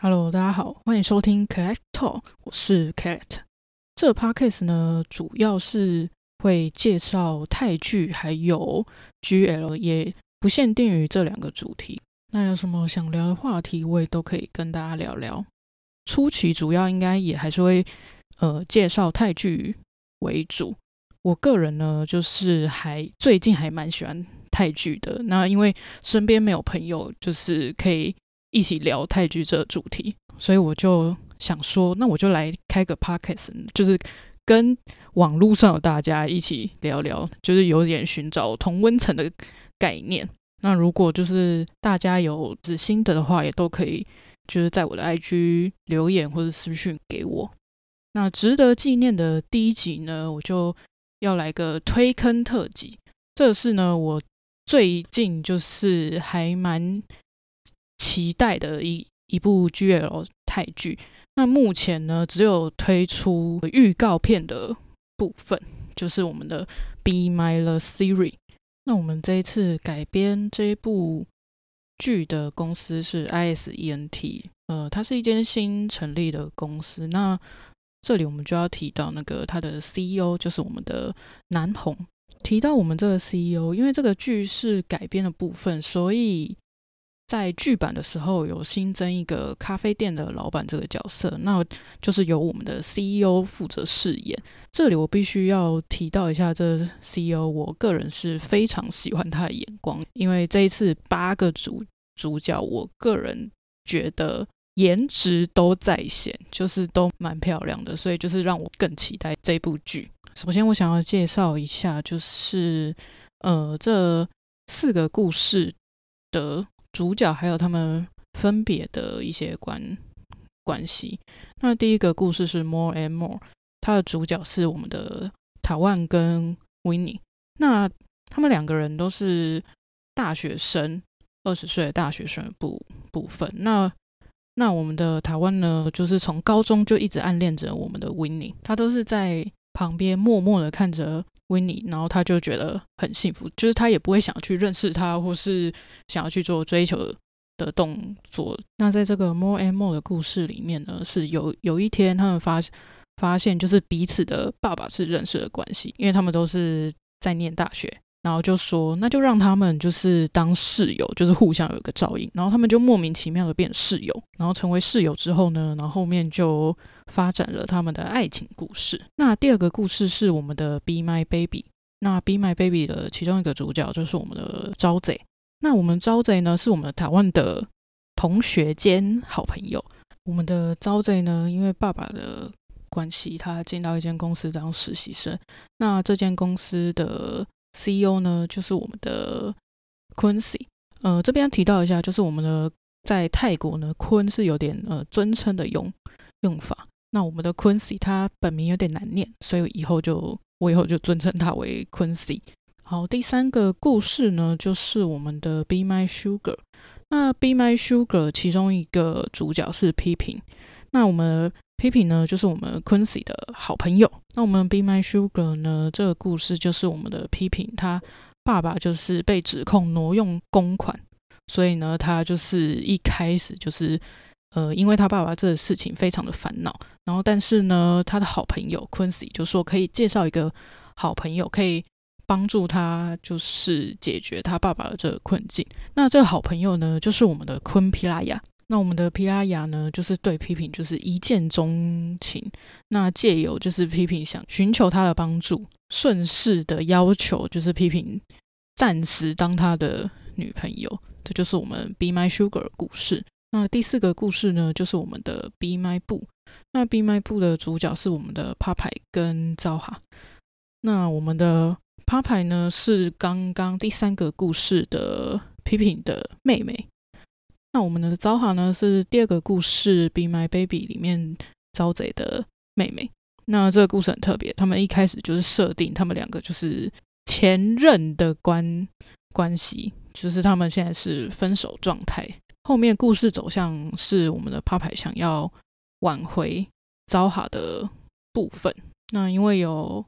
Hello，大家好，欢迎收听 Colette Talk，我是 Colette。这个 podcast 呢，主要是会介绍泰剧还有 GL，也不限定于这两个主题。那有什么想聊的话题，我也都可以跟大家聊聊。初期主要应该也还是会介绍泰剧为主。我个人呢，就是最近还蛮喜欢泰剧的。那因为身边没有朋友，就是可以一起聊泰剧这个主题，所以我就想说，那我就来开个 podcast， 就是跟网络上的大家一起聊聊，就是有点寻找同温层的概念。那如果就是大家有心得的话，也都可以就是在我的 IG 留言或者私讯给我。那值得纪念的第一集呢，我就要来个推坑特辑。这是呢，我最近就是还蛮期待的一部 GL 泰剧。那目前呢，只有推出预告片的部分，就是我们的 Be My The Series。那我们这一次改编这一部剧的公司是 ISENT，它是一间新成立的公司。那这里我们就要提到那个他的 CEO， 就是我们的南红。提到我们这个 CEO， 因为这个剧是改编的部分，所以在剧版的时候有新增一个咖啡店的老板这个角色，那就是由我们的 CEO 负责饰演。这里我必须要提到一下，这 CEO 我个人是非常喜欢他的眼光，因为这一次8个主角，我个人觉得颜值都在线，就是都蛮漂亮的，所以就是让我更期待这部剧。首先我想要介绍一下，就是这4个故事的主角还有他们分别的一些关系。那第一个故事是 More and More， 它的主角是我们的塔万跟 Winnie。那他们2个人都是大学生，20岁的大学生的部分。那我们的塔万呢，就是从高中就一直暗恋着我们的 Winnie， 他都是在旁边默默的看着 Winnie， 然后他就觉得很幸福，就是他也不会想要去认识他，或是想要去做追求的动作。那在这个 More and More 的故事里面呢，是有一天他们发现就是彼此的爸爸是认识的关系，因为他们都是在念大学，然后就说那就让他们就是当室友，就是互相有一个照应。然后他们就莫名其妙的变室友，然后成为室友之后呢，然后后面就发展了他们的爱情故事。那第2个故事是我们的 Be My Baby。那 Be My Baby 的其中一个主角就是我们的招贼。那我们招贼呢，是我们台湾的同学兼好朋友。我们的招贼呢，因为爸爸的关系，他进到一间公司当实习生。那这间公司的 CEO 呢，就是我们的 Quincy。这边提到一下，就是我们的在泰国呢，坤是有点尊称的用法。那我们的 Quincy 他本名有点难念，所以我以后就尊称他为 Quincy。好，第3个故事呢，就是我们的 Be My Sugar。那 Be My Sugar 其中一个主角是批评。那我们批评呢，就是我们 Quincy 的好朋友。那我们 Be My Sugar 呢，这个故事就是我们的批评，他爸爸就是被指控挪用公款，所以呢，他就是一开始就是因为他爸爸这个事情非常的烦恼，然后但是呢，他的好朋友 Quincy 就说可以介绍一个好朋友，可以帮助他就是解决他爸爸的这个困境。那这个好朋友呢，就是我们的昆皮拉雅。那我们的皮拉雅呢，就是对批评就是一见钟情。那借由就是批评想寻求他的帮助，顺势的要求就是批评暂时当他的女朋友。这就是我们 Be My Sugar 的故事。那第4个故事呢，就是我们的 Be My Boo。那 Be My Boo 的主角是我们的 Papai 跟昭哈。那我们的 Papai 呢，是刚刚第3个故事的批评的妹妹。那我们的昭哈呢，是第2个故事 Be My Baby 里面招贼的妹妹。那这个故事很特别，他们一开始就是设定他们2个就是前任的关系，就是他们现在是分手状态。后面故事走向是我们的 Papai 想要挽回昭哈的部分。那因为有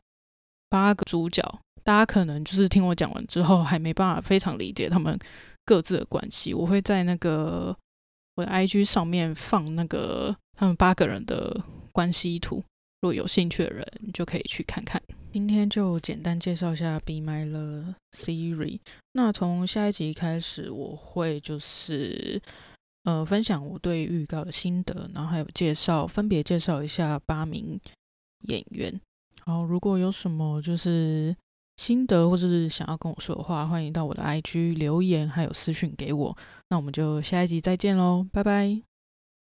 8个主角，大家可能就是听我讲完之后还没办法非常理解他们各自的关系，我会在那个我的 IG 上面放那个他们8个人的关系图，如果有兴趣的人就可以去看看。今天就简单介绍一下 Be My the Siri。那从下一集开始，我会就是分享我对预告的心得，然后还有分别介绍一下8名演员。好，如果有什么就是心得或者是想要跟我说的话，欢迎到我的 IG 留言还有私讯给我。那我们就下一集再见咯，拜拜。